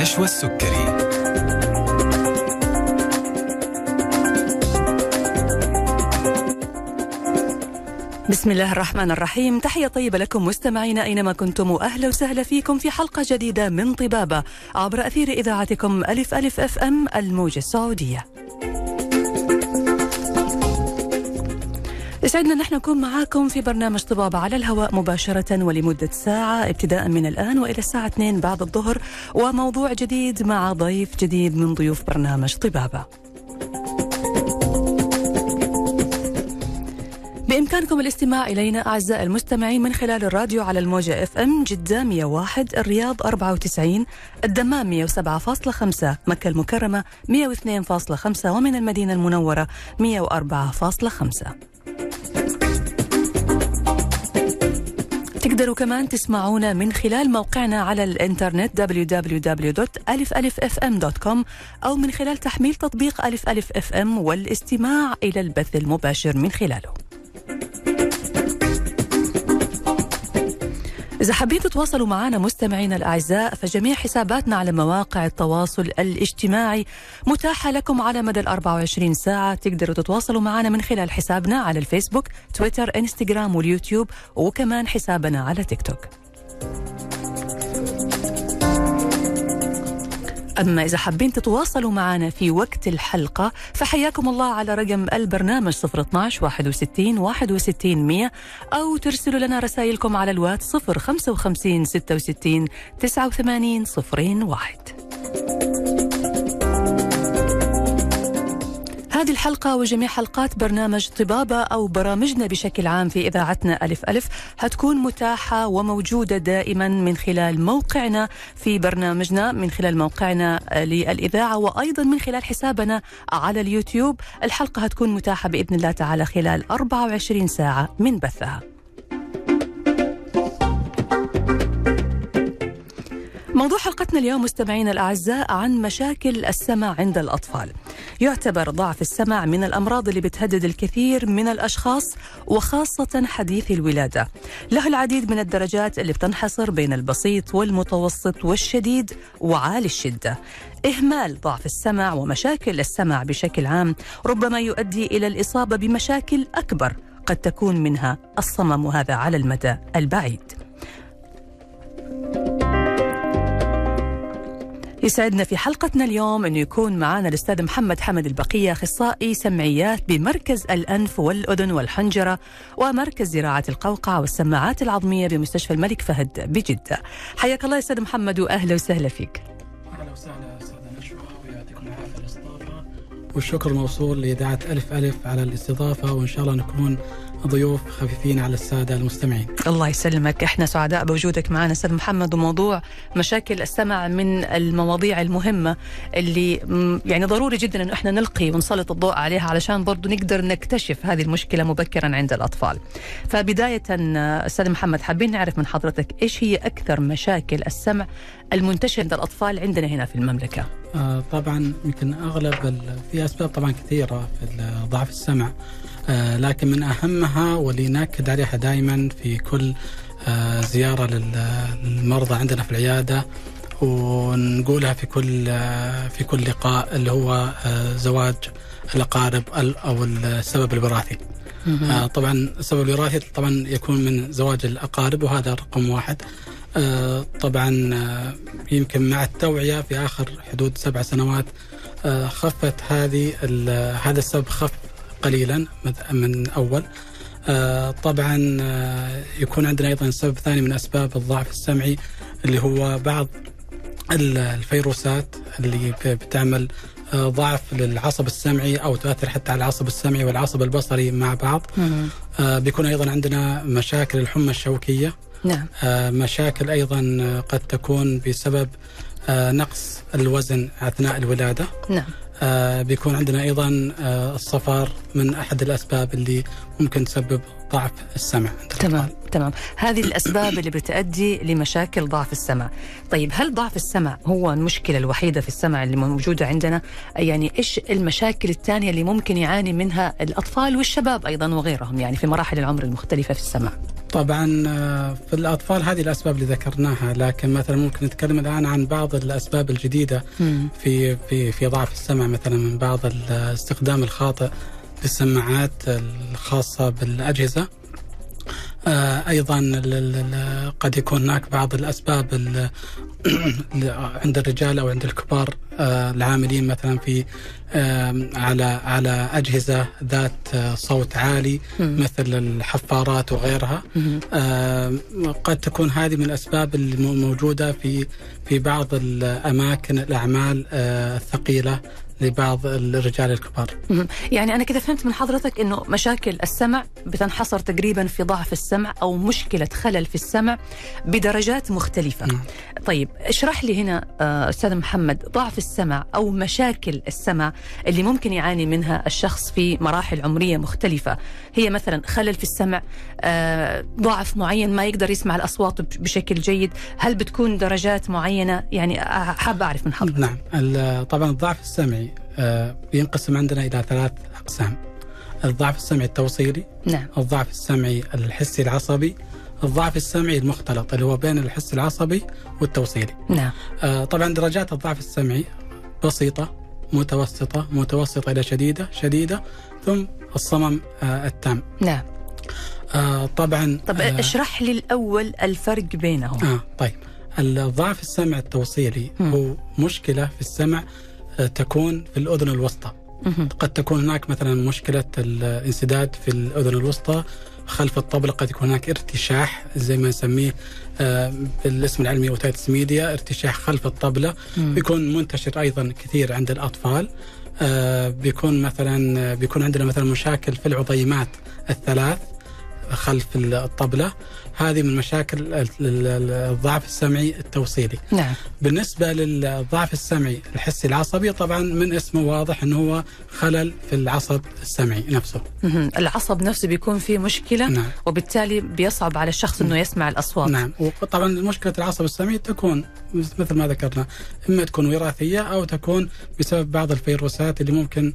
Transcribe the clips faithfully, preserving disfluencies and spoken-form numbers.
نشوى السكري. بسم الله الرحمن الرحيم. تحية طيبة لكم مستمعينا أينما كنتم، وأهلا وسهلا فيكم في حلقة جديدة من طبابة عبر أثير إذاعتكم ألف ألف أف أم الموجة السعودية. يسعدنا نحن نكون معاكم في برنامج طبابة على الهواء مباشرة ولمدة ساعة ابتداء من الآن وإلى الساعة اثنين بعد الظهر، وموضوع جديد مع ضيف جديد من ضيوف برنامج طبابة. بإمكانكم الاستماع إلينا أعزائي المستمعين من خلال الراديو على الموجة اف ام جدة مئة وواحد، الرياض أربعة وتسعين، الدمام مئة وسبعة فاصلة خمسة، مكة المكرمة مئة واثنين فاصلة خمسة، ومن المدينة المنورة مئة وأربعة فاصلة خمسة. تقدروا كمان تسمعونا من خلال موقعنا على الانترنت دبليو دبليو دبليو دوت ألف ألف أف إم دوت كوم، أو من خلال تحميل تطبيق ألف ألف أف إم والاستماع إلى البث المباشر من خلاله. إذا حابين تتواصلوا معنا مستمعينا الأعزاء، فجميع حساباتنا على مواقع التواصل الاجتماعي متاحة لكم على مدى الأربع وعشرين ساعة. تقدروا تتواصلوا معنا من خلال حسابنا على الفيسبوك، تويتر، إنستغرام واليوتيوب، وكمان حسابنا على تيك توك. أما إذا حابين تتواصلوا معنا في وقت الحلقة، فحياكم الله على رقم البرنامج صفر اثناشر واحد وستين واحد وستين مية، أو ترسلوا لنا رسائلكم على الوات صفر خمسة وخمسين ستة وستين تسعة وثمانين صفرين واحد. هذه الحلقة وجميع حلقات برنامج طبابة أو برامجنا بشكل عام في إذاعتنا ألف ألف هتكون متاحة وموجودة دائما من خلال موقعنا في برنامجنا، من خلال موقعنا للإذاعة، وأيضا من خلال حسابنا على اليوتيوب. الحلقة هتكون متاحة بإذن الله تعالى خلال أربع وعشرين ساعة من بثها. موضوع حلقتنا اليوم مستمعينا الأعزاء عن مشاكل السمع عند الأطفال. يعتبر ضعف السمع من الأمراض اللي بتهدد الكثير من الأشخاص، وخاصة حديث الولادة. له العديد من الدرجات اللي بتنحصر بين البسيط والمتوسط والشديد وعالي الشدة. إهمال ضعف السمع ومشاكل السمع بشكل عام ربما يؤدي إلى الإصابة بمشاكل أكبر، قد تكون منها الصمم، وهذا على المدى البعيد. يسعدنا في حلقتنا اليوم أنه يكون معنا الأستاذ محمد حمد البقية، أخصائي سمعيات بمركز الأنف والأذن والحنجرة ومركز زراعة القوقعة والسماعات العظمية بمستشفى الملك فهد بجدة. حياك الله أستاذ محمد وأهلا وسهلا فيك. أهلا وسهلا أستاذ نشوى، ويعطيكم العافية الاستضافة، والشكر موصول لإذاعة ألف ألف على الاستضافة، وإن شاء الله نكون ضيوف خفيفين على السادة المستمعين. الله يسلمك، احنا سعداء بوجودك معنا استاذ محمد. وموضوع مشاكل السمع من المواضيع المهمة اللي يعني ضروري جدا انه احنا نلقي ونسلط الضوء عليها علشان برضو نقدر نكتشف هذه المشكلة مبكرا عند الأطفال. فبداية استاذ محمد، حابين نعرف من حضرتك ايش هي أكثر مشاكل السمع المنتشرة عند الأطفال عندنا هنا في المملكة؟ آه طبعا يمكن أغلب في أسباب طبعا كثيرة في ضعف السمع، آه لكن من أهمها واللي نأكد عليها دائما في كل آه زيارة للمرضى عندنا في العيادة، ونقولها في كل آه في كل لقاء، اللي هو آه زواج الأقارب أو السبب الوراثي. آه طبعا السبب الوراثي طبعا يكون من زواج الأقارب، وهذا رقم واحد. آه طبعا آه يمكن مع التوعية في آخر حدود سبع سنوات آه خفت هذه هذا السبب، خف قليلا من أول. آه طبعا آه يكون عندنا أيضا سبب ثاني من أسباب الضعف السمعي، اللي هو بعض الفيروسات اللي بتعمل آه ضعف للعصب السمعي أو تؤثر حتى على العصب السمعي والعصب البصري مع بعض. آه بيكون أيضا عندنا مشاكل الحمى الشوكية. نعم. آه مشاكل أيضا قد تكون بسبب آه نقص الوزن أثناء الولادة. نعم. آه بيكون عندنا أيضا آه الصفار من أحد الأسباب اللي ممكن تسبب ضعف السمع. تمام تمام، هذه الأسباب اللي بتؤدي لمشاكل ضعف السمع. طيب، هل ضعف السمع هو المشكلة الوحيدة في السمع اللي موجودة عندنا؟ يعني إيش المشاكل الثانية اللي ممكن يعاني منها الأطفال والشباب أيضا وغيرهم، يعني في مراحل العمر المختلفة في السمع؟ طبعا في الأطفال هذه الأسباب اللي ذكرناها، لكن مثلا ممكن نتكلم الآن عن بعض الأسباب الجديدة في في في ضعف السمع، مثلا من بعض الاستخدام الخاطئ للسماعات الخاصة بالأجهزة. أيضا قد يكون هناك بعض الأسباب عند الرجال أو عند الكبار العاملين مثلا في على على أجهزة ذات صوت عالي مثل الحفارات وغيرها. قد تكون هذه من الأسباب الموجودة في في بعض الأماكن الأعمال الثقيلة لبعض الرجال الكبار. يعني أنا كذا فهمت من حضرتك إنه مشاكل السمع بتنحصر تقريبا في ضعف السمع أو مشكلة خلل في السمع بدرجات مختلفة. م. طيب اشرح لي هنا أستاذ محمد ضعف السمع أو مشاكل السمع اللي ممكن يعاني منها الشخص في مراحل عمرية مختلفة. هي مثلا خلل في السمع، ضعف معين ما يقدر يسمع الأصوات بشكل جيد، هل بتكون درجات معينة؟ يعني حاب أعرف من حضرتك. نعم، طبعا الضعف السمعي ينقسم عندنا إلى ثلاث أقسام: الضعف السمعي التوصيلي، نعم. الضعف السمعي الحسي العصبي، الضعف السمعي المختلط اللي هو بين الحس العصبي والتوصيلي. نعم. طبعا درجات الضعف السمعي بسيطة، متوسطة، متوسطة إلى شديدة، شديدة، ثم الصمم التام. نعم. آه طبعا. طب آه اشرح لي الأول الفرق بينهم. آه طيب، الضعف السمع التوصيلي م. هو مشكلة في السمع تكون في الأذن الوسطى. م. قد تكون هناك مثلا مشكلة الانسداد في الأذن الوسطى خلف الطبلة، قد يكون هناك ارتشاح زي ما نسميه آه بالاسم العلمي اوتيتس ميديا، ارتشاح خلف الطبلة. م. بيكون منتشر أيضا كثير عند الأطفال. آه بيكون مثلا بيكون عندنا مثلا مشاكل في العظيمات الثلاث خلف الطبلة. هذه من مشاكل الضعف السمعي التوصيلي. نعم. بالنسبة للضعف السمعي الحسي العصبي، طبعا من اسمه واضح أنه هو خلل في العصب السمعي نفسه. العصب نفسه بيكون فيه مشكلة. نعم. وبالتالي بيصعب على الشخص أنه يسمع الأصوات. نعم. وطبعا مشكلة العصب السمعي تكون مثل ما ذكرنا، إما تكون وراثية أو تكون بسبب بعض الفيروسات اللي ممكن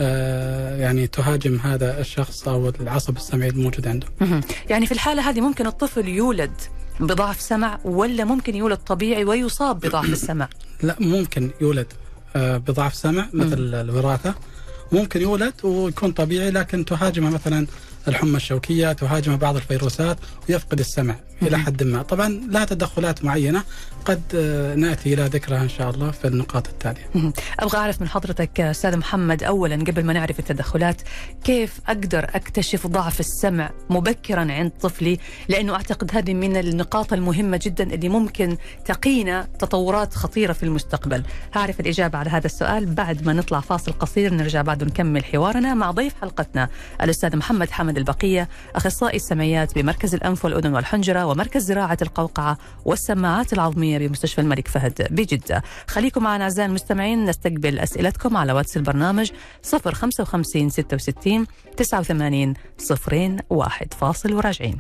آه يعني تهاجم هذا الشخص أو العصب السمعي الموجود عنده. يعني في الحالة هذه ممكن الطفل يولد بضعف سمع ولا ممكن يولد طبيعي ويصاب بضعف السمع؟ لا، ممكن يولد بضعف سمع مثل الوراثة، ممكن يولد ويكون طبيعي لكن تهاجمه مثلا الحمى الشوكية، تهاجمه بعض الفيروسات ويفقد السمع إلى حد ما. طبعا لا تدخلات معينة قد نأتي إلى ذكرها إن شاء الله في النقاط التالية. أبغى أعرف من حضرتك أستاذ محمد أولا قبل ما نعرف التدخلات، كيف أقدر أكتشف ضعف السمع مبكرا عند طفلي؟ لأنه أعتقد هذه من النقاط المهمة جدا اللي ممكن تقينا تطورات خطيرة في المستقبل. هعرف الإجابة على هذا السؤال بعد ما نطلع فاصل قصير، نرجع بعد نكمل حوارنا مع ضيف حلقتنا الأستاذ محمد حامد البقية، أخصائي السمعيات بمركز الأنف والأذن والحنجرة ومركز زراعة القوقعة والسماعات العظمية بمستشفى الملك فهد بجدة. خليكم معنا أعزائي المستمعين، نستقبل أسئلتكم على واتس البرنامج صفر خمسة وخمسين ستة وستين تسعة وثمانين صفرين واحد. فاصل وراجعين.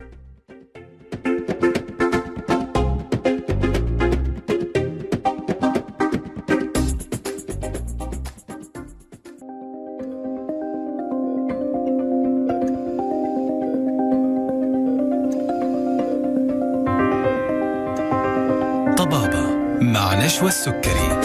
مع نشوى السكري.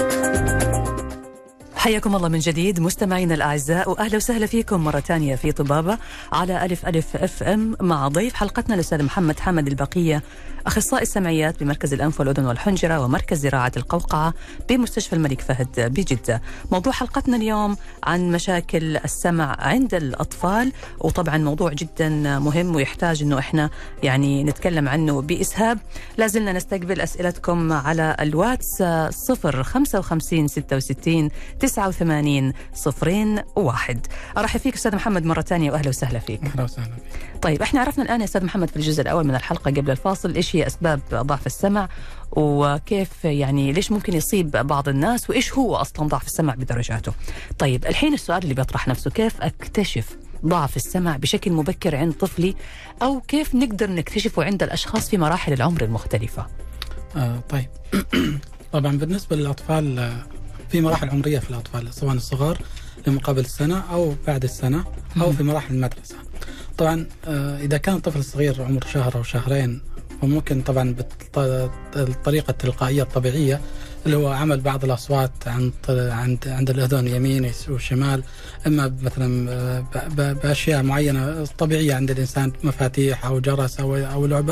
حياكم الله من جديد مستمعينا الأعزاء، وأهلا وسهلا فيكم مرة ثانية في طبابة على ألف ألف أف أم مع ضيف حلقتنا الأستاذ محمد حامد البقية، أخصائي السمعيات بمركز الأنف والأذن والحنجرة ومركز زراعة القوقعة بمستشفى الملك فهد بجدة. موضوع حلقتنا اليوم عن مشاكل السمع عند الأطفال، وطبعا موضوع جدا مهم ويحتاج أنه إحنا يعني نتكلم عنه بإسهاب. لازلنا نستقبل أسئلتكم على الواتس صفر خمسة وخمسين ستة وستين تسعة وثمانين صفرين واحد. أرحب فيك أستاذ محمد مرة ثانية وأهلا وسهلا فيك. أهلا وسهلا فيك. طيب احنا عرفنا الآن يا أستاذ محمد في الجزء الأول من الحلقة قبل الفاصل إيش هي أسباب ضعف السمع، وكيف يعني ليش ممكن يصيب بعض الناس، وإيش هو أصلا ضعف السمع بدرجاته. طيب الحين السؤال اللي بيطرح نفسه، كيف أكتشف ضعف السمع بشكل مبكر عند طفلي، أو كيف نقدر نكتشفه عند الأشخاص في مراحل العمر المختلفة؟ آه طيب طبعا بالنسبة للأطفال في مراحل عمرية في الأطفال، سواء الصغار لمقابل السنة أو بعد السنة أو في مراحل المدرسة. طبعا إذا كان طفل صغير عمر شهر أو شهرين وممكن طبعا بالطريقة التلقائية الطبيعية اللي هو عمل بعض الأصوات عند عند عند الأذن يمين وشمال، إما مثلا بأشياء معينة طبيعية عند الإنسان، مفاتيح أو جرس أو أو لعبة،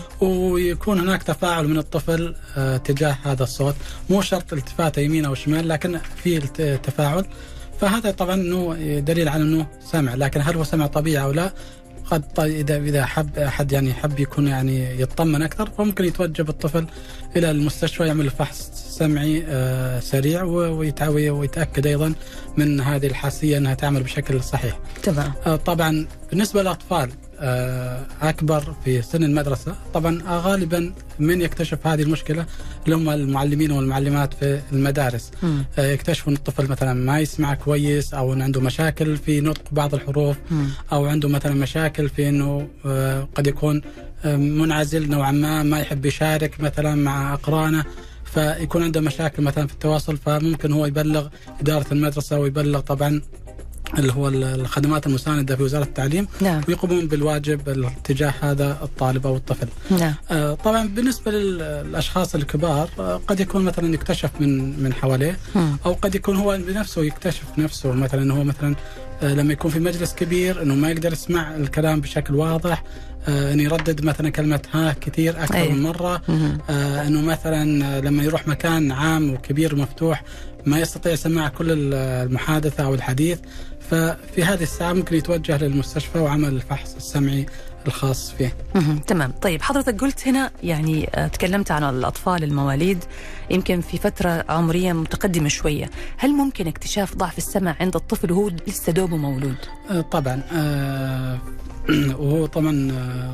ويكون هناك تفاعل من الطفل تجاه هذا الصوت، مو شرط التفاته يمين أو شمال لكن في تفاعل، فهذا طبعا إنه دليل على إنه سمع. لكن هل هو سمع طبيعي أو لا؟ قد إذا إذا حب أحد يعني حب يكون يعني يطمن أكثر فممكن يتوجه بالطفل إلى المستشفى يعمل فحص سمعي آه سريع ويتأكد أيضا من هذه الحاسية أنها تعمل بشكل صحيح. تمام. آه طبعا بالنسبة للأطفال آه أكبر في سن المدرسة، طبعا غالبا من يكتشف هذه المشكلة اللي هم المعلمين والمعلمات في المدارس. آه يكتشفوا أن الطفل مثلا ما يسمع كويس، أو أن عنده مشاكل في نطق بعض الحروف، م. أو عنده مثلا مشاكل في أنه آه قد يكون آه منعزل نوعا ما، ما يحب يشارك مثلا مع أقرانه، فيكون عنده مشاكل مثلا في التواصل، فممكن هو يبلغ إدارة المدرسة ويبلغ طبعا اللي هو الخدمات المساندة في وزارة التعليم. نعم. ويقومون بالواجب تجاه هذا الطالب أو الطفل. نعم. آه طبعا بالنسبة للأشخاص الكبار آه قد يكون مثلا يكتشف من من حواليه، م. أو قد يكون هو بنفسه يكتشف نفسه، مثلا هو مثلا آه لما يكون في مجلس كبير إنه ما يقدر يسمع الكلام بشكل واضح، آه إنه يردد مثلا كلمة ها كثير أكثر أيه. من مرة، آه إنه مثلا لما يروح مكان عام وكبير مفتوح ما يستطيع سماع كل المحادثة أو الحديث، ففي هذه الساعة ممكن يتوجه للمستشفى وعمل الفحص السمعي الخاص فيه. تمام. طيب حضرتك قلت هنا يعني تكلمت عن الأطفال المواليد يمكن في فترة عمرية متقدمة شوية، هل ممكن اكتشاف ضعف السمع عند الطفل وهو لسه دوبه مولود؟ آه طبعا آه وهو طبعا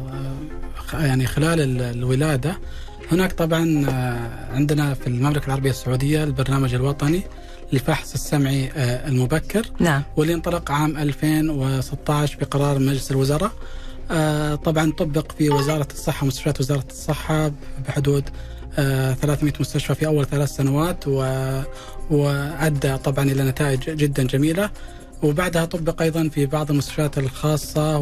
آه يعني خلال الولادة هناك طبعا عندنا في المملكة العربية السعودية البرنامج الوطني للفحص السمعي المبكر. نعم. واللي انطلق عام ألفين وستة عشر بقرار مجلس الوزراء. طبعا طبق في وزارة الصحة، مستشفيات وزارة الصحة بحدود ثلاثمئة مستشفى في أول ثلاث سنوات، وأدى طبعا إلى نتائج جدا جميلة. وبعدها طبق أيضا في بعض المستشفيات الخاصة،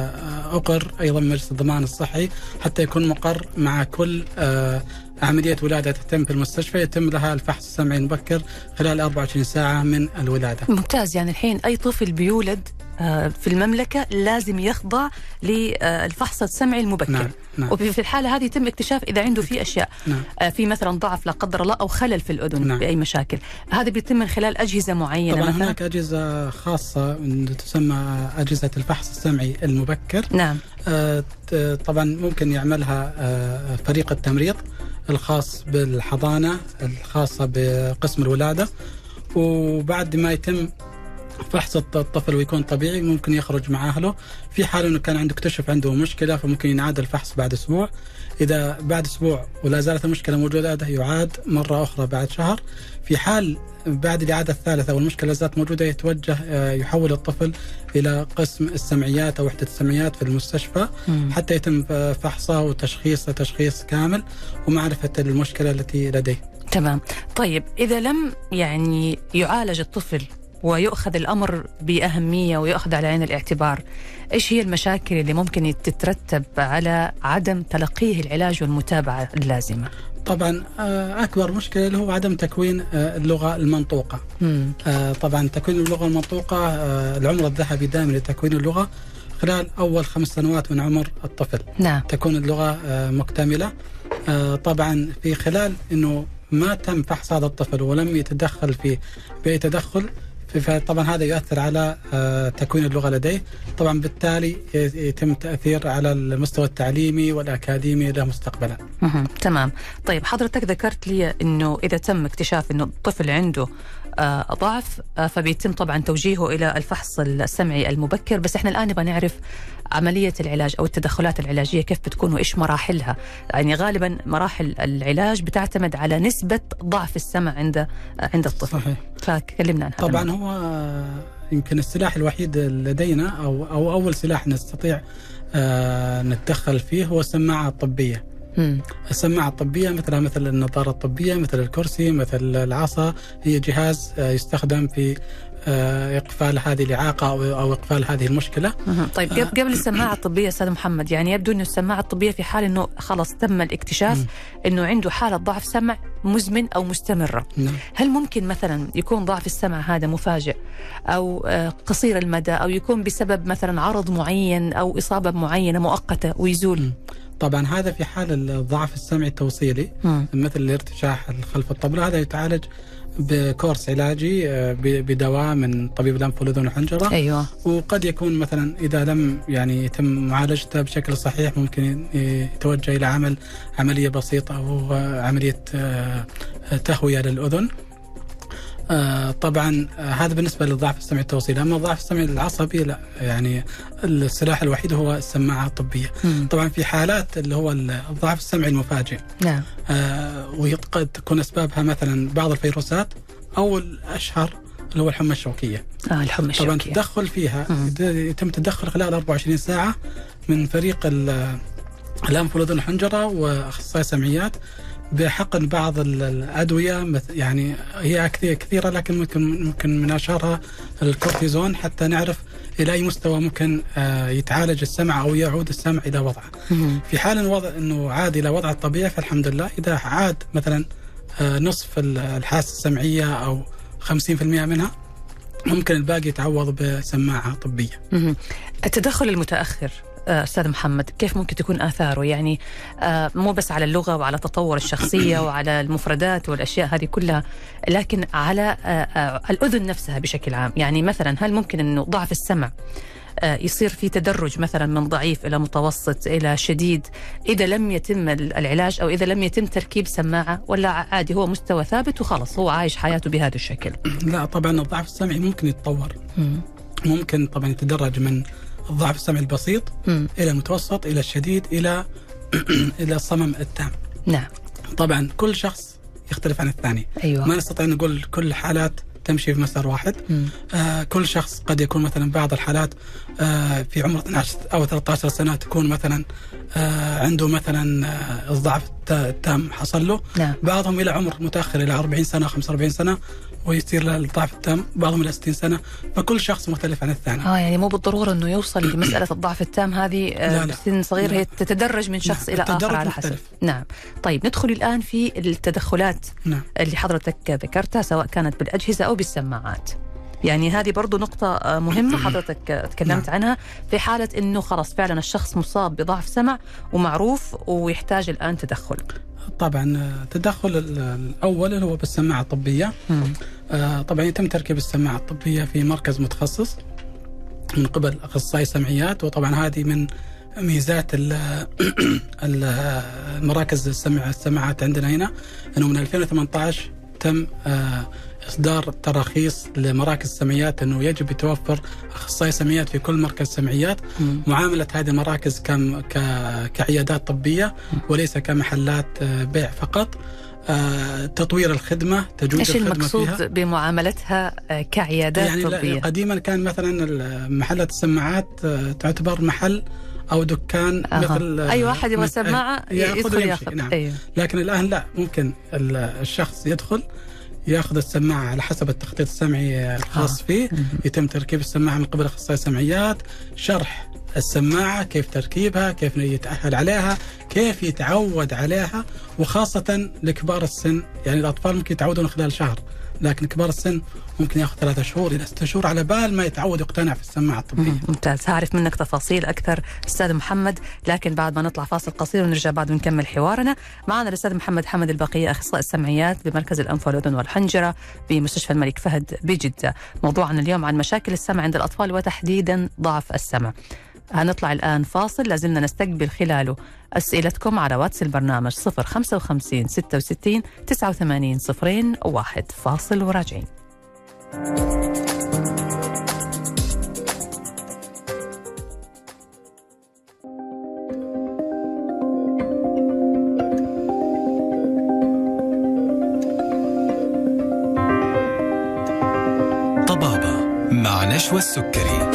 وأقر أيضا مجلس الضمان الصحي حتى يكون مقر مع كل عملية ولادة تتم في المستشفى يتم لها الفحص السمعي المبكر خلال أربعة وعشرين ساعة من الولادة. ممتاز. يعني الحين أي طفل بيولد في المملكة لازم يخضع للفحص السمعي المبكر. نعم. نعم. وفي الحالة هذه يتم اكتشاف إذا عنده في أشياء. نعم. في مثلا ضعف لا قدر الله أو خلل في الأذن. نعم. بأي مشاكل، هذا بيتم من خلال أجهزة معينة. طبعا مثلا هناك أجهزة خاصة تسمى أجهزة الفحص السمعي المبكر. نعم. طبعا ممكن يعملها فريق التمريض الخاص بالحضانة الخاصة بقسم الولادة، وبعد ما يتم فحص الطفل ويكون طبيعي ممكن يخرج مع أهله. في حال أنه كان عنده اكتشف عنده مشكلة فممكن ينعاد الفحص بعد أسبوع. إذا بعد أسبوع ولا زالت المشكلة موجودة يعاد مرة أخرى بعد شهر. في حال بعد الإعادة الثالثة والمشكلة لا زالت موجودة يتوجه يحول الطفل إلى قسم السمعيات أو وحدة السمعيات في المستشفى م. حتى يتم فحصه وتشخيصه تشخيص كامل ومعرفة المشكلة التي لديه. تمام. طيب إذا لم يعني يعالج الطفل ويؤخذ الأمر بأهمية ويؤخذ على عين الاعتبار، إيش هي المشاكل اللي ممكن تترتب على عدم تلقيه العلاج والمتابعة اللازمة؟ طبعا أكبر مشكلة اللي هو عدم تكوين اللغة المنطوقة. مم. طبعا تكوين اللغة المنطوقة العمر الذهبي دائما لتكوين اللغة خلال أول خمس سنوات من عمر الطفل. نعم. تكون اللغة مكتملة. طبعا في خلال أنه ما تم فحص هذا الطفل ولم يتدخل في بأي تدخل، فطبعا هذا يؤثر على تكوين اللغة لديه. طبعا بالتالي يتم تأثير على المستوى التعليمي والأكاديمي له مستقبلا. تمام. طيب حضرتك ذكرت لي أنه إذا تم اكتشاف أنه الطفل عنده آه ضعف آه فبيتم طبعا توجيهه إلى الفحص السمعي المبكر، بس احنا الآن نبغى نعرف عملية العلاج أو التدخلات العلاجية كيف بتكون وإيش مراحلها. يعني غالبا مراحل العلاج بتعتمد على نسبة ضعف السمع عند عند الطفل. صحيح. فكلمنا عن هذا. طبعا الموضوع. هو يمكن السلاح الوحيد لدينا أو أو أول سلاح نستطيع آه نتدخل فيه هو السماعة الطبية. مم. السماعة الطبية مثلها مثل النظارة الطبية، مثل الكرسي، مثل العصا، هي جهاز يستخدم في إقفال هذه الإعاقة أو إقفال هذه المشكلة. طيب قبل السماعة الطبية أستاذ محمد، يعني يبدو أنه السماعة الطبية في حال أنه خلص تم الاكتشاف أنه عنده حالة ضعف سمع مزمن أو مستمرة، هل ممكن مثلا يكون ضعف السمع هذا مفاجئ أو قصير المدى، أو يكون بسبب مثلا عرض معين أو إصابة معينة مؤقتة ويزول؟ طبعا هذا في حال الضعف السمعي التوصيلي م. مثل الارتشاح خلف الطبلة، هذا يتعالج بكورس علاجي بدواء من طبيب الأنف والأذن والحنجرة. أيوة. وقد يكون مثلا إذا لم يعني يتم معالجته بشكل صحيح ممكن يتوجه إلى عمل عملية بسيطة أو عملية تهوية للأذن. آه طبعا آه هذا بالنسبة للضعف السمعي التوصيلي. أما الضعف السمعي العصبي لا، يعني السلاح الوحيد هو السماعة الطبية. مم. طبعا في حالات اللي هو الضعف السمعي المفاجئ، نعم، آه وقد تكون أسبابها مثلا بعض الفيروسات أو الأشهر اللي هو الحمى الشوكية. آه الحمى الشوكية طبعا التدخل فيها مم. يتم تدخل خلال أربعة وعشرين ساعة من فريق الأنف والأذن والحنجرة وأخصائي سمعيات بحقن بعض الأدوية، يعني هي كثيرة لكن ممكن ممكن من أشهرها الكورتيزون، حتى نعرف إلى أي مستوى ممكن يتعالج السمع أو يعود السمع إلى وضعه. في حال الوضع أنه عاد إلى وضع الطبيعي فالحمد لله. إذا عاد مثلا نصف الحاسة السمعية أو خمسين بالمئة منها ممكن الباقي يتعوض بسماعة طبية. التدخل المتأخر أستاذ محمد كيف ممكن تكون آثاره؟ يعني مو بس على اللغة وعلى تطور الشخصية وعلى المفردات والأشياء هذه كلها، لكن على الأذن نفسها بشكل عام. يعني مثلا هل ممكن أنه ضعف السمع يصير في تدرج مثلا من ضعيف إلى متوسط إلى شديد إذا لم يتم العلاج أو إذا لم يتم تركيب سماعة، ولا عادي هو مستوى ثابت وخلص هو عايش حياته بهذا الشكل؟ لا طبعا الضعف السمعي ممكن يتطور. ممكن طبعا يتدرج من الضعف السمعي البسيط م. إلى المتوسط إلى الشديد إلى إلى الصمم التام. نعم. طبعا كل شخص يختلف عن الثاني. أيوة. ما نستطيع نقول كل حالات تمشي في مسار واحد. آه كل شخص قد يكون مثلا بعض الحالات آه في عمر اثني عشر أو ثلاثة عشر سنة تكون مثلا آه عنده مثلا آه الضعف التام حصل له. نعم. بعضهم إلى عمر متأخر إلى أربعين سنة خمسة وأربعين سنة ويصير له الضعف التام، بعضهم إلى ستين سنة، فكل شخص مختلف عن الثاني. اه يعني مو بالضرورة إنه يوصل لمسألة الضعف التام هذه آه بسن صغير، هي تتدرج من شخص نعم. إلى آخر على حسب. نعم. طيب ندخل الآن في التدخلات نعم. اللي حضرتك ذكرتها سواء كانت بالأجهزة أو بالسماعات. يعني هذه برضو نقطة مهمة حضرتك تكلمت نعم. عنها في حالة إنه خلاص فعلا الشخص مصاب بضعف سمع ومعروف ويحتاج الآن تدخل. طبعا التدخل الأول هو بالسماعة الطبية. آه طبعا يتم تركيب السماعة الطبية في مركز متخصص من قبل أخصائي سمعيات، وطبعا هذه من ميزات المراكز السمع السماعات عندنا هنا، أنه من ألفين وثمانية عشر تم آه إصدار تراخيص لمراكز السمعيات أنه يجب يتوفر أخصائي سمعيات في كل مركز سمعيات. مم. معاملة هذه المراكز كم كعيادات طبية وليس كمحلات بيع فقط. آه، تطوير الخدمة، تجويد الخدمة فيها. إيش المقصود بمعاملتها كعيادات يعني طبية؟ يعني قديما كان مثلا محلات السماعات تعتبر محل أو دكان أه. مثل أي واحد يبغى سماعة يدخل ياخذ. نعم. أيوه. لكن الآن لا، ممكن الشخص يدخل ياخذ السماعة على حسب التخطيط السمعي الخاص فيه. آه. يتم تركيب السماعة من قبل أخصائي سمعيات، شرح السماعة كيف تركيبها، كيف يتأهل عليها، كيف يتعود عليها، وخاصة لكبار السن. يعني الأطفال ممكن يتعودون خلال شهر، لكن كبار السن ممكن ياخذ ثلاثة شهور إلى ستة شهور على بال ما يتعود يقتنع في السماعة الطبية. ممتاز. هعرف منك تفاصيل أكثر أستاذ محمد، لكن بعد ما نطلع فاصل قصير ونرجع بعد ونكمل حوارنا. معنا الأستاذ محمد حمد البقية، أخصائي السمعيات بمركز الأنف والأذن والحنجرة بمستشفى الملك فهد بجدة. موضوعنا اليوم عن مشاكل السمع عند الأطفال وتحديدا ضعف السمع. هنطلع الآن فاصل لازلنا نستقبل خلاله أسئلتكم على واتس البرنامج صفر خمسة وخمسين ستة وستين تسعة وثمانين صفرين واحد. فاصل وراجعين. طبابة مع نشوى السكري.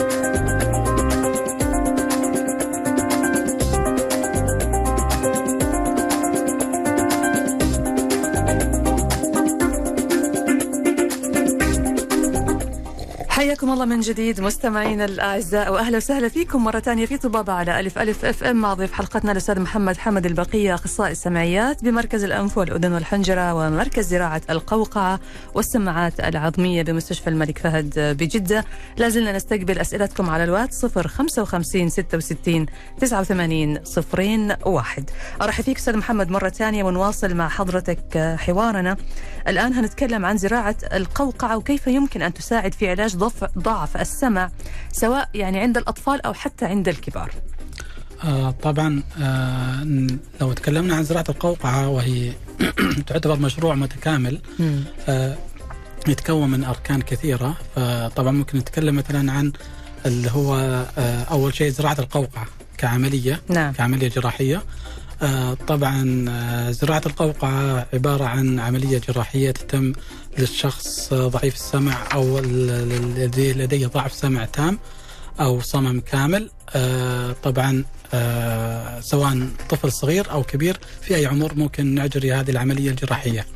حياكم الله من جديد مستمعينا الأعزاء، وأهلا وسهلا فيكم مرة ثانية في طبابة على ألف ألف اف ام مع ضيف حلقتنا الأستاذ محمد حمد البقية، أخصائي السمعيات بمركز الأنف والأذن والحنجرة ومركز زراعة القوقعة والسماعات العظمية بمستشفى الملك فهد بجدة. لازلنا نستقبل أسئلتكم على الواتس صفر خمسة وخمسين ستة وستين تسعة وثمانين صفرين واحد. أرحب فيك أستاذ محمد مرة ثانية ونواصل مع حضرتك حوارنا. الآن هنتكلم عن زراعة القوقعة وكيف يمكن أن تساعد في علاج ضعف السمع سواء يعني عند الأطفال أو حتى عند الكبار. آه طبعا آه لو تكلمنا عن زراعة القوقعة وهي تعتبر مشروع متكامل آه يتكون من أركان كثيرة. فطبعا ممكن نتكلم مثلا عن اللي هو آه أول شيء زراعة القوقعة كعملية نعم. كعملية جراحية. آه طبعا آه زراعة القوقعة عبارة عن عملية جراحية تتم للشخص آه ضعيف السمع أو الذي لديه ضعف سمع تام أو صمم كامل. آه طبعا آه سواء طفل صغير أو كبير في أي عمر ممكن نجري هذه العملية الجراحية.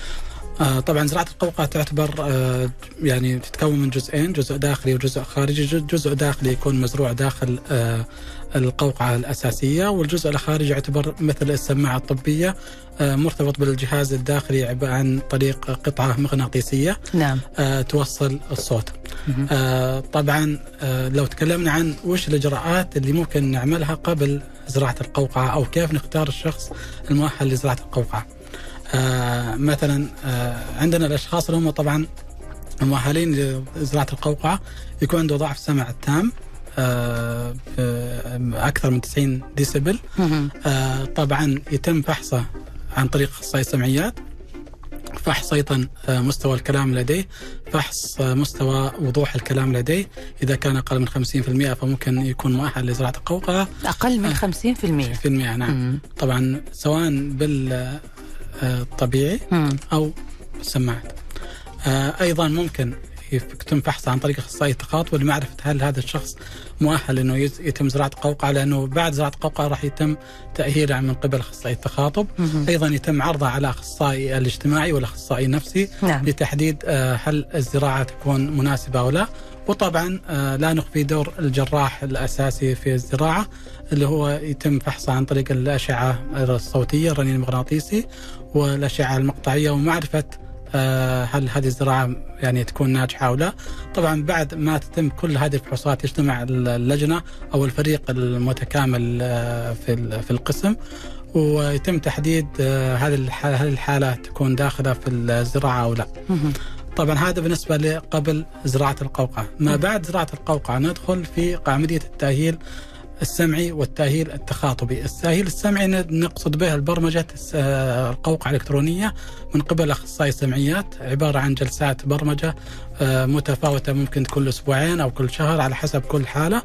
آه طبعا زراعة القوقعة تعتبر آه يعني تتكون من جزئين، جزء داخلي وجزء خارجي. جزء داخلي يكون مزروع داخل آه القوقعة الأساسية، والجزء الخارجي يعتبر مثل السماعة الطبية آه مرتبط بالجهاز الداخلي عن طريق قطعة مغناطيسية نعم. آه توصل الصوت. آه طبعا آه لو تكلمنا عن وش الإجراءات اللي ممكن نعملها قبل زراعة القوقعة أو كيف نختار الشخص المؤهل لزراعة القوقعة. آه مثلا آه عندنا الأشخاص اللي هم طبعا المؤهلين لزراعة القوقعة يكون عنده ضعف سمع تام آه أكثر من تسعين ديسيبل. آه طبعا يتم فحصه عن طريق أخصائي السمعيات، فحص أيضا آه مستوى الكلام لديه، فحص آه مستوى وضوح الكلام لديه. إذا كان أقل من خمسين بالمئة فممكن يكون مؤهل لزراعة القوقعة. أقل من خمسين بالمئة في المئة نعم. مم. طبعا سواء بال الطبيعي أو السماعات. آه أيضا ممكن يتم فحص عن طريق أخصائي التخاطب لمعرفة هل هذا الشخص مؤهل إنه يتم زراعة القوقعة، لأنه بعد زراعة القوقعة راح يتم تأهيله من قبل أخصائي التخاطب. أيضا يتم عرضه على أخصائي الاجتماعي والأخصائي النفسي نعم. لتحديد آه هل الزراعة تكون مناسبة أو لا. وطبعا آه لا نخفي دور الجراح الأساسي في الزراعة اللي هو يتم فحصه عن طريق الأشعة الصوتية الرنين المغناطيسي والأشعة المقطعية ومعرفة آه هل هذه الزراعة يعني تكون ناجحة أو لا. طبعا بعد ما تتم كل هذه الفحوصات يجتمع اللجنة أو الفريق المتكامل آه في في القسم ويتم تحديد آه هذه الحالة تكون داخلة في الزراعة أو لا. طبعا هذا بالنسبة لقبل زراعة القوقعة. ما بعد زراعة القوقعة ندخل في عملية التأهيل السمعي والتأهيل التخاطبي. التأهيل السمعي نقصد به البرمجة القوقعة الإلكترونية من قبل أخصائي السمعيات، عبارة عن جلسات برمجة متفاوتة ممكن كل أسبوعين أو كل شهر على حسب كل حالة.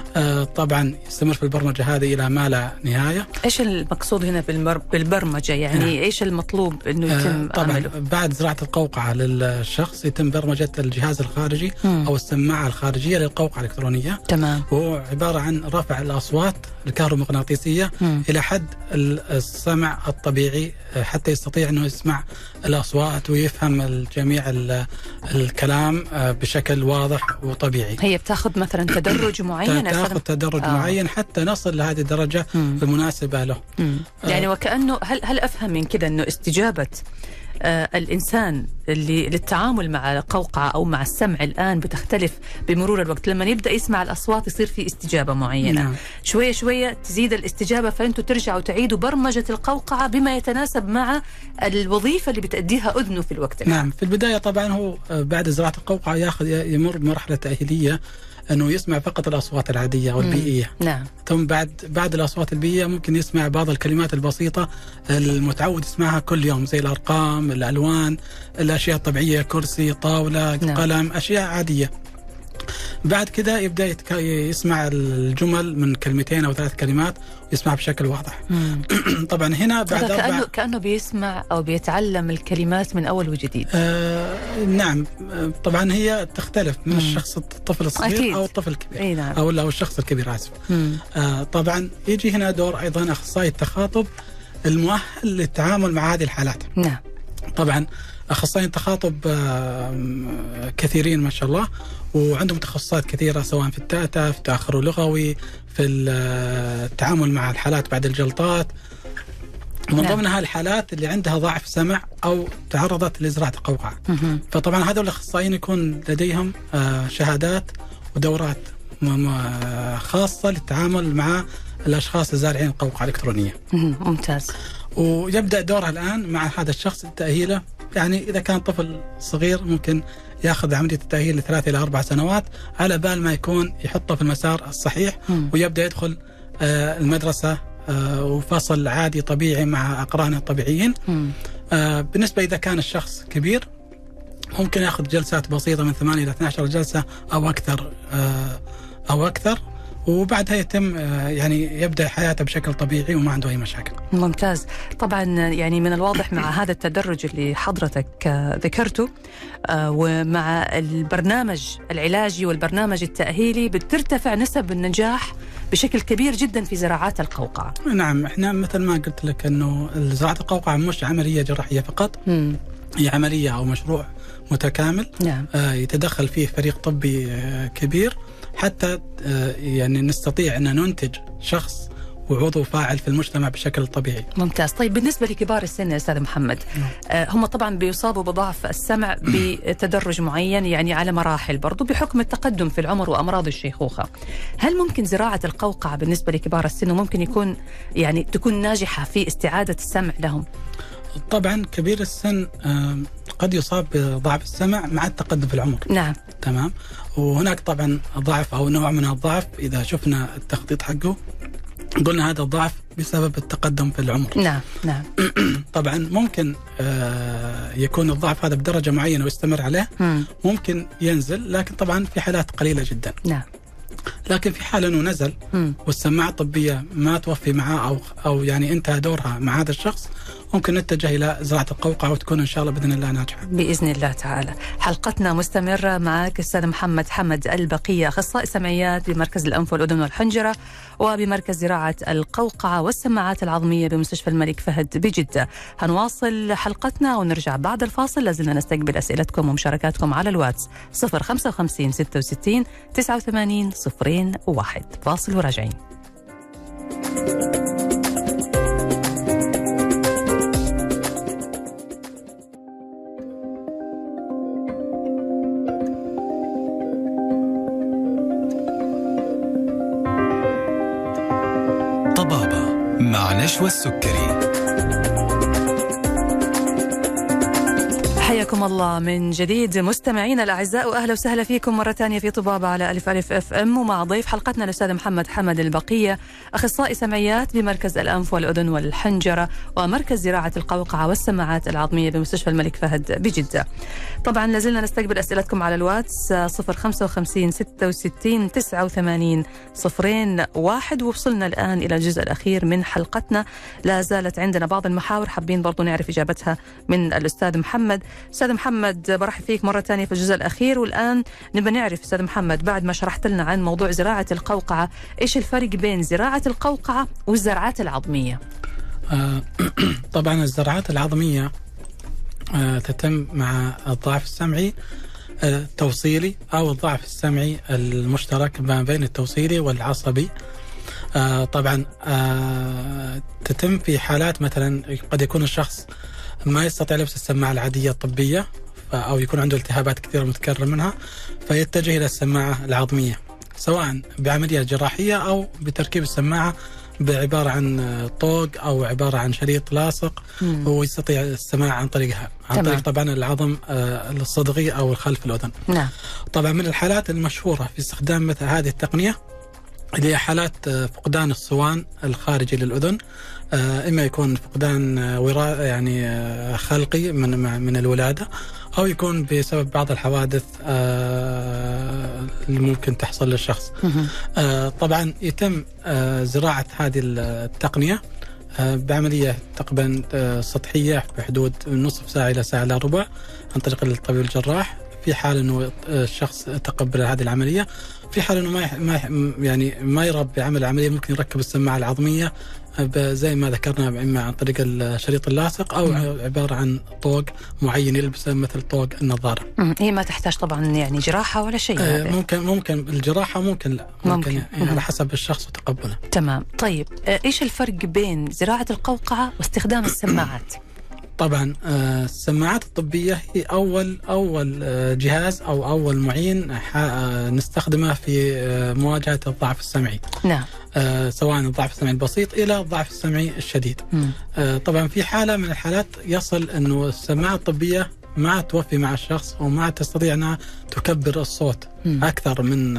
طبعا يستمر في البرمجة هذه إلى ما لا نهاية. إيش المقصود هنا بالبرمجة يعني نعم. إيش المطلوب إنه يتم طبعا عمله؟ بعد زراعة القوقعة للشخص يتم برمجة الجهاز الخارجي مم. أو السماعة الخارجية للقوقعة الإلكترونية. تمام. وهو عبارة عن رفع الأصوات الكهرومغناطيسية مم. إلى حد السمع الطبيعي حتى يستطيع أنه يسمع الأصوات ويفهم جميع الكلام بشكل واضح وطبيعي. هي بتاخذ مثلا تدرج معين، تاخذ تدرج آه. معين حتى نصل لهذه الدرجة مم. المناسبة له. مم. يعني آه. وكأنه هل هل أفهم من كده أنه استجابة آه الإنسان اللي للتعامل مع القوقعة أو مع السمع الآن بتختلف بمرور الوقت؟ لما يبدأ يسمع الأصوات يصير في استجابة معينة نعم. شوية شوية تزيد الاستجابة، فأنتوا ترجعوا تعيدوا برمجة القوقعة بما يتناسب مع الوظيفة اللي بتأديها أذنه في الوقت الحالي. نعم. في البداية طبعا هو بعد زراعة القوقعة ياخذ يمر بمرحلة تأهيلية أنه يسمع فقط الأصوات العادية أو البيئية. نعم. ثم بعد بعد الأصوات البيئية ممكن يسمع بعض الكلمات البسيطة المتعود يسمعها كل يوم زي الأرقام، الألوان، الأشياء الطبيعية، كرسي، طاولة، نعم. قلم، أشياء عادية. بعد كده يبدأ يتك... يسمع الجمل من كلمتين أو ثلاث كلمات ويسمع بشكل واضح. طبعا هنا بعد كأنه, أربع... كأنه بيسمع أو بيتعلم الكلمات من أول وجديد. آه نعم. طبعا هي تختلف من مم. الشخص الطفل الصغير أكيد. أو الطفل الكبير أي نعم. أو أو الشخص الكبير آسف. آه طبعا يجي هنا دور أيضا أخصائي التخاطب المؤهل للتعامل مع هذه الحالات. نعم. طبعا أخصائيين تخاطب كثيرين ما شاء الله، وعندهم تخصصات كثيرة سواء في التأتأة، في التأخر اللغوي، في التعامل مع الحالات بعد الجلطات. من ضمنها الحالات اللي عندها ضعف سمع أو تعرضت لزراعة القوقعة. فطبعا هذول الأخصائيين يكون لديهم شهادات ودورات خاصة للتعامل مع الأشخاص الزارعين القوقعة الإلكترونية. ممتاز. ويبدأ دورها الآن مع هذا الشخص تأهيله، يعني إذا كان طفل صغير ممكن يأخذ عملية التأهيل لثلاث إلى أربع سنوات على بال ما يكون يحطه في المسار الصحيح ويبدأ يدخل المدرسة وفصل عادي طبيعي مع أقرانه الطبيعيين. بالنسبة إذا كان الشخص كبير ممكن يأخذ جلسات بسيطة من ثمانية إلى اثنتي عشرة جلسة أو أكثر أو أكثر وبعدها يتم يعني يبدأ حياته بشكل طبيعي وما عنده أي مشاكل. ممتاز. طبعا يعني من الواضح مع هذا التدرج اللي حضرتك ذكرته ومع البرنامج العلاجي والبرنامج التأهيلي بترتفع نسب النجاح بشكل كبير جدا في زراعات القوقعة. نعم، احنا مثل ما قلت لك انه زراعة القوقعة مش عملية جراحية فقط، م. هي عملية او مشروع متكامل. نعم. آه يتدخل فيه فريق طبي آه كبير حتى آه يعني نستطيع ان ننتج شخص وعضو فاعل في المجتمع بشكل طبيعي. ممتاز. طيب بالنسبة لكبار السن يا أستاذ محمد، آه هم طبعا بيصابوا بضعف السمع بتدرج معين، يعني على مراحل برضو بحكم التقدم في العمر وأمراض الشيخوخة. هل ممكن زراعة القوقعة بالنسبة لكبار السن وممكن يكون يعني تكون ناجحة في استعادة السمع لهم؟ طبعا كبير السن قد يصاب بضعف السمع مع التقدم في العمر. نعم. تمام. وهناك طبعا ضعف أو نوع من الضعف إذا شفنا التخطيط حقه قلنا هذا الضعف بسبب التقدم في العمر. نعم نعم. طبعا ممكن آه يكون الضعف هذا بدرجة معينة ويستمر عليه، م. ممكن ينزل، لكن طبعا في حالات قليلة جدا. نعم. لكن في حال انه نزل م. والسماعة الطبية ما توفي معاه او او يعني انتهى دورها مع هذا الشخص، ممكن نتجه الى زراعة القوقعة وتكون ان شاء الله باذن الله ناجحة. باذن الله تعالى. حلقتنا مستمرة معك استاذ محمد حمد البقية، اخصائي سمعيات بمركز الانف والاذن والحنجرة وبمركز زراعة القوقعة والسماعات العظمية بمستشفى الملك فهد بجدة. هنواصل حلقتنا ونرجع بعد الفاصل. لازلنا نستقبل اسئلتكم ومشاركاتكم على الواتس صفر خمسة وخمسين ستة وستين تسعة وثمانين صفرين واحد. فاصل وراجعين. طبابة مع نشوى السكري. حياكم الله من جديد مستمعينا الأعزاء، وأهلا وسهلا فيكم مرة ثانية في طبابة على ألف ألف اف ام، ومع ضيف حلقتنا الأستاذ محمد حمد البقية، أخصائي سمعيات بمركز الأنف والأذن والحنجرة ومركز زراعة القوقعة والسماعات العظمية بمستشفى الملك فهد بجدة. طبعا لازلنا نستقبل أسئلتكم على الواتس صفر خمسة وخمسين ستة وستين تسعة وثمانين صفرين واحد. ووصلنا الآن إلى الجزء الأخير من حلقتنا، لا زالت عندنا بعض المحاور حابين برضو نعرف إجابتها من الأستاذ محمد. أستاذ محمد برحب فيك مرة ثانية في الجزء الأخير، والآن نبى نعرف أستاذ محمد بعد ما شرحت لنا عن موضوع زراعة القوقعة، إيش الفرق بين زراعة القوقعة والزراعات العظمية؟ آه طبعا الزراعات العظمية آه تتم مع الضعف السمعي التوصيلي أو الضعف السمعي المشترك ما بين التوصيلي والعصبي. آه طبعا آه تتم في حالات مثلا قد يكون الشخص ما يستطيع لبس السماعة العادية الطبية أو يكون عنده التهابات كثيرة متكررة منها، فيتجه إلى السماعة العظمية سواء بعملية جراحية أو بتركيب السماعة بعبارة عن طوق أو عبارة عن شريط لاصق، ويستطيع السماع عن طريقها عن طبعا. طريق طبعا العظم الصدغي أو الخلف الأذن. نعم. طبعا من الحالات المشهورة في استخدام مثل هذه التقنية اللي هي حالات فقدان الصوان الخارجي للأذن، إما يكون فقدان وراء يعني خلقي من من الولادة، أو يكون بسبب بعض الحوادث اللي ممكن تحصل للشخص. طبعا يتم زراعة هذه التقنية بعملية تقريبا سطحية بحدود نصف ساعة إلى ساعة إلا ربع عن طريق الطبيب الجراح، في حال إنه الشخص تقبل هذه العملية. في حال إنه ما ما يعني ما يرغب بعمل العملية ممكن يركب السماعة العظمية زي ما ذكرنا، إما عن طريق الشريط اللاصق أو م. عبارة عن طوق معين يلبسه مثل طوق النظارة. م. هي ما تحتاج طبعا يعني جراحة ولا شيء. آه ممكن ممكن الجراحة، ممكن لا ممكن, ممكن. يعني على حسب الشخص وتقبله. تمام. طيب إيش الفرق بين زراعة القوقعة واستخدام السماعات؟ طبعا السماعات الطبية هي أول أول جهاز أو أول معين نستخدمه في مواجهة الضعف السمعي. نعم. سواء الضعف السمعي البسيط إلى الضعف السمعي الشديد. م. طبعا في حالة من الحالات يصل أنه السماعة الطبية ما توفي مع الشخص وما تستطيع أنها تكبر الصوت م. أكثر من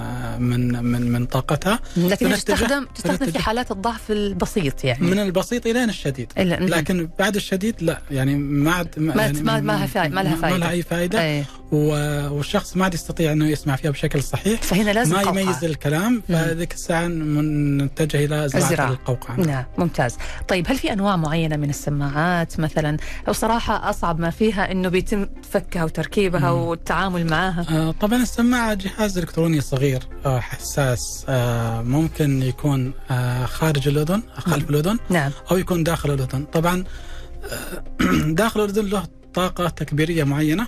من من من طاقتها، لكن تستخدم تستخدم في حالات الضعف البسيط، يعني من البسيط إلى الشديد. لكن بعد الشديد لا، يعني ما ما يعني ما, ما لها فائدة، ما لها فائدة، ما لها أي فائدة. أي. والشخص ما عاد يستطيع أنه يسمع فيها بشكل صحيح، فهنا لازم ما قوقعة. يميز الكلام، فذيك الساعة نتجه إلى زراعة القوقعة. نعم، ممتاز. طيب هل في أنواع معينة من السماعات مثلا؟ أو صراحة أصعب ما فيها إنه بيتم فكها وتركيبها م. والتعامل معها؟ آه طبعا السماعة جهاز إلكتروني صغير آه حساس، آه ممكن يكون آه خارج الأذن خلف م. الأذن، نعم. أو يكون داخل الأذن. طبعا آه داخل الأذن له طاقة تكبيرية معينة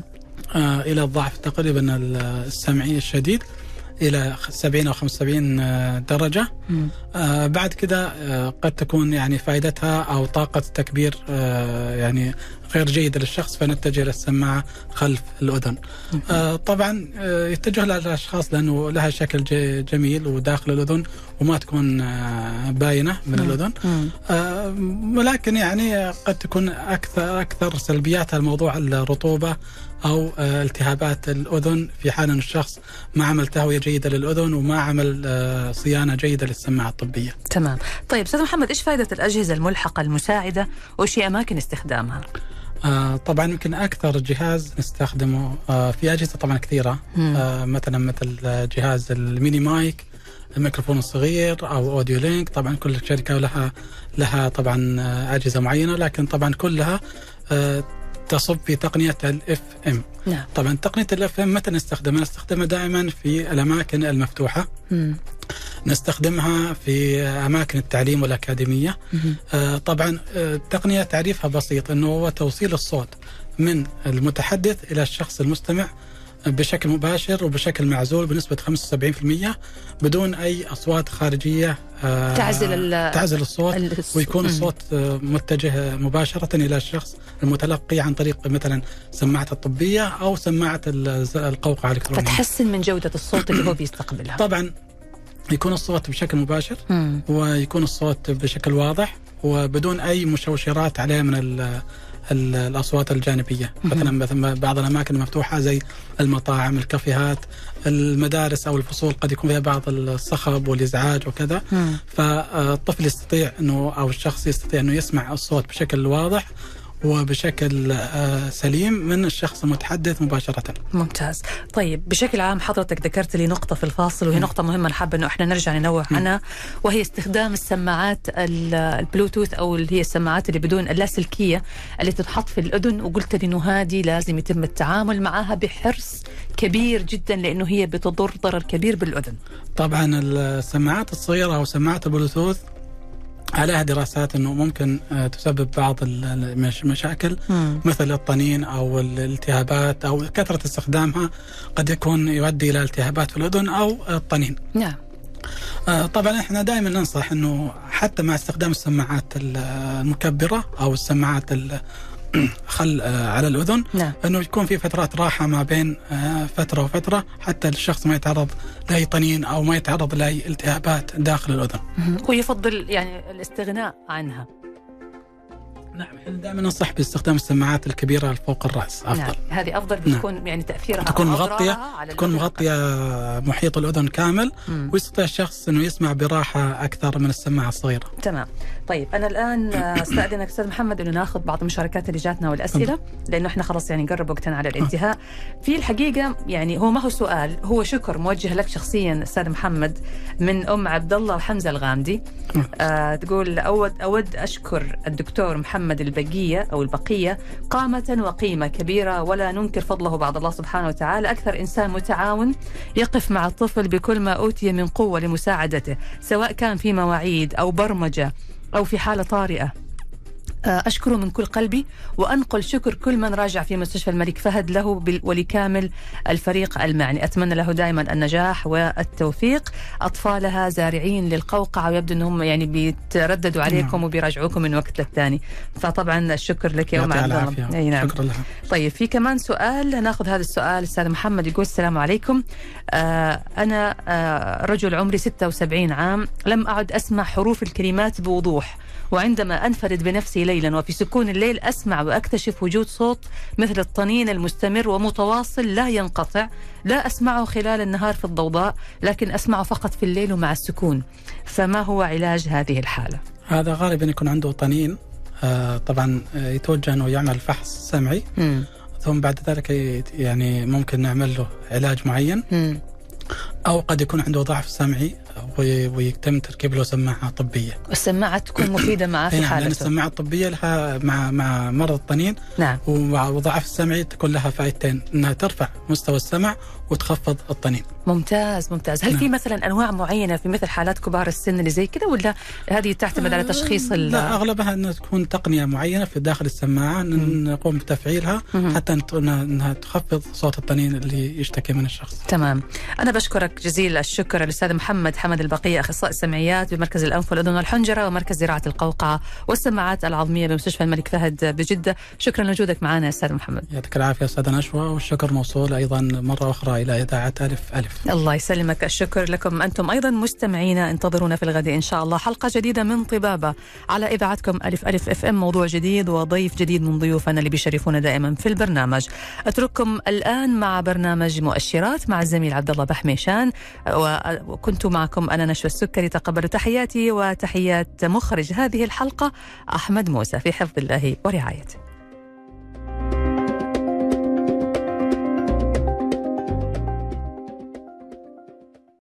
آه إلى الضعف تقريبا السمعي الشديد إلى سبعين أو خمسة وسبعين درجة. آه بعد كده آه قد تكون يعني فائدتها أو طاقة التكبير آه يعني غير جيدة للشخص، فنتجه للسماعة خلف الأذن. آه طبعا آه يتجه للأشخاص لأنه لها شكل جميل وداخل الأذن وما تكون آه باينة من الأذن، آه ولكن يعني قد تكون أكثر أكثر سلبياتها الموضوع الرطوبة أو آه التهابات الأذن في حال أن الشخص ما عمل تهوية جيدة للأذن وما عمل آه صيانة جيدة للسماعة الطبية. تمام. طيب أستاذ محمد، إيش فائدة الأجهزة الملحقة المساعدة وإيش أماكن استخدامها؟ آه طبعا يمكن أكثر جهاز نستخدمه آه في أجهزة طبعا كثيرة، آه مثلا مثل جهاز الميني مايك، الميكروفون الصغير أو أوديو لينك. طبعا كل شركة لها لها طبعا أجهزة معينة، لكن طبعا كلها آه تصب في تقنية الاف ام. نعم. طبعا تقنية الاف ام متى نستخدمها؟ نستخدمها دائما في الأماكن المفتوحة. مم. نستخدمها في أماكن التعليم والأكاديمية. آه طبعا التقنية تعريفها بسيط، أنه هو توصيل الصوت من المتحدث إلى الشخص المستمع بشكل مباشر وبشكل معزول بنسبة خمسة وسبعين بالمئة بدون أي أصوات خارجية آه تعزل, تعزل الصوت، ويكون الصوت آه متجه مباشرة إلى الشخص المتلقي عن طريق مثلا سماعة الطبية أو سماعة القوقعة الإلكترونية، فتحسن من جودة الصوت اللي هو بيستقبلها. طبعا يكون الصوت بشكل مباشر مم. ويكون الصوت بشكل واضح وبدون أي مشوشرات عليه من ال الأصوات الجانبية. مثلا مثلا بعض الأماكن المفتوحة زي المطاعم، الكافيهات، المدارس أو الفصول قد يكون فيها بعض الصخب والإزعاج وكذا، فالطفل يستطيع أنه أو الشخص يستطيع أنه يسمع الصوت بشكل واضح وبشكل سليم من الشخص المتحدث مباشرة. ممتاز. طيب بشكل عام حضرتك ذكرت لي نقطة في الفاصل وهي نقطة مهمة نحب أنه إحنا نرجع ننوه عنها، وهي استخدام السماعات البلوتوث أو اللي هي السماعات اللي بدون اللاسلكية اللي تنحط في الأذن، وقلت لي إنه هذه لازم يتم التعامل معها بحرص كبير جدا لأنه هي بتضر ضرر كبير بالأذن. طبعا السماعات الصغيرة أو سماعات البلوتوث عليها دراسات أنه ممكن تسبب بعض المشاكل مثل الطنين أو الالتهابات، أو كثرة استخدامها قد يكون يؤدي إلى التهابات في الأذن أو الطنين. نعم. طبعا احنا دائما ننصح أنه حتى مع استخدام السماعات المكبرة أو السماعات خل على الأذن، نعم. أنه يكون في فترات راحة ما بين فترة وفترة حتى الشخص ما يتعرض لأي طنين أو ما يتعرض لأي التهابات داخل الأذن. ويفضل يعني الاستغناء عنها. نعم، احنا دائما ننصح باستخدام السماعات الكبيرة فوق الرأس أفضل. نعم. هذه أفضل، بتكون نعم. يعني تأثيرها تكون مغطية تكون مغطية محيط الأذن كامل، مم. ويستطيع الشخص أنه يسمع براحة أكثر من السماعة الصغيرة. تمام. طيب أنا الآن أستأذنك أستاذ محمد أنه نأخذ بعض المشاركات اللي جاتنا والأسئلة، لأنه إحنا خلاص يعني قرب وقتنا على الانتهاء. في الحقيقة يعني هو ما هو سؤال، هو شكر موجه لك شخصيا أستاذ محمد من أم عبد الله وحمزة الغامدي. آه تقول أود أود أشكر الدكتور محمد محمد البقية أو البقية قامة وقيمة كبيرة، ولا ننكر فضله بعد الله سبحانه وتعالى. أكثر إنسان متعاون يقف مع الطفل بكل ما أوتي من قوة لمساعدته، سواء كان في مواعيد أو برمجة أو في حالة طارئة. أشكره من كل قلبي، وأنقل شكر كل من راجع في مستشفى الملك فهد له ولكامل الفريق المعني. أتمنى له دائما النجاح والتوفيق. أطفالها زارعين للقوقعة، ويبدو أنهم يعني بيترددوا عليكم وبيراجعوكم من وقت للتاني، فطبعا الشكر لك يا أم عبد الله. أي نعم. شكرا لها. طيب في كمان سؤال، ناخذ هذا السؤال. أستاذ محمد يقول السلام عليكم، آه أنا آه رجل عمري ستة وسبعين عام، لم أعد أسمع حروف الكلمات بوضوح، وعندما أنفرد بنفسي ليلا وفي سكون الليل أسمع وأكتشف وجود صوت مثل الطنين المستمر ومتواصل لا ينقطع، لا أسمعه خلال النهار في الضوضاء، لكن أسمعه فقط في الليل ومع السكون، فما هو علاج هذه الحالة؟ هذا غالبا يكون عنده طنين. آه طبعا يتوجه أنه يعمل فحص سمعي، م. ثم بعد ذلك يعني ممكن نعمل له علاج معين، م. أو قد يكون عنده ضعف سمعي ويتم تركيب له سماعة طبية. السماعة تكون مفيدة معه في حالته. لأن السماعة الطبية لها مع مع مرض الطنين، نعم، وضعف السمعي تكون لها فائدتين، أنها ترفع مستوى السمع وتخفض الطنين. ممتاز ممتاز. هل نعم. في مثلا أنواع معينة في مثل حالات كبار السن اللي زي كده، ولا هذه تعتمد على تشخيص ال لا، أغلبها أنها تكون تقنية معينة في داخل السماعة نقوم بتفعيلها م- حتى أنها تخفض صوت الطنين اللي يشتكي من الشخص. تمام. أنا بشكرك جزيل الشكر الأستاذ محمد حمد البقية، أخصائي السمعيات بمركز الأنف والأذن والحنجرة ومركز زراعة القوقعة والسماعات العظمية بمستشفى الملك فهد بجدة. شكرا لوجودك معنا أستاذ محمد. يعطيك العافية أستاذ نشوى، والشكر موصول أيضا مرة أخرى إلى إذاعة ألف ألف. الله يسلمك. الشكر لكم أنتم أيضا مستمعينا. انتظرونا في الغد إن شاء الله حلقة جديدة من طبابة على إذاعتكم ألف ألف اف ام، موضوع جديد وضيف جديد من ضيوفنا اللي بيشرفونا دائما في البرنامج. أترككم الآن مع برنامج مؤشرات مع الزميل عبد الله بحميشان، وكنت معكم أنا نشوى السكري. تقبلوا تحياتي وتحيات مخرج هذه الحلقة أحمد موسى، في حفظ الله ورعايته.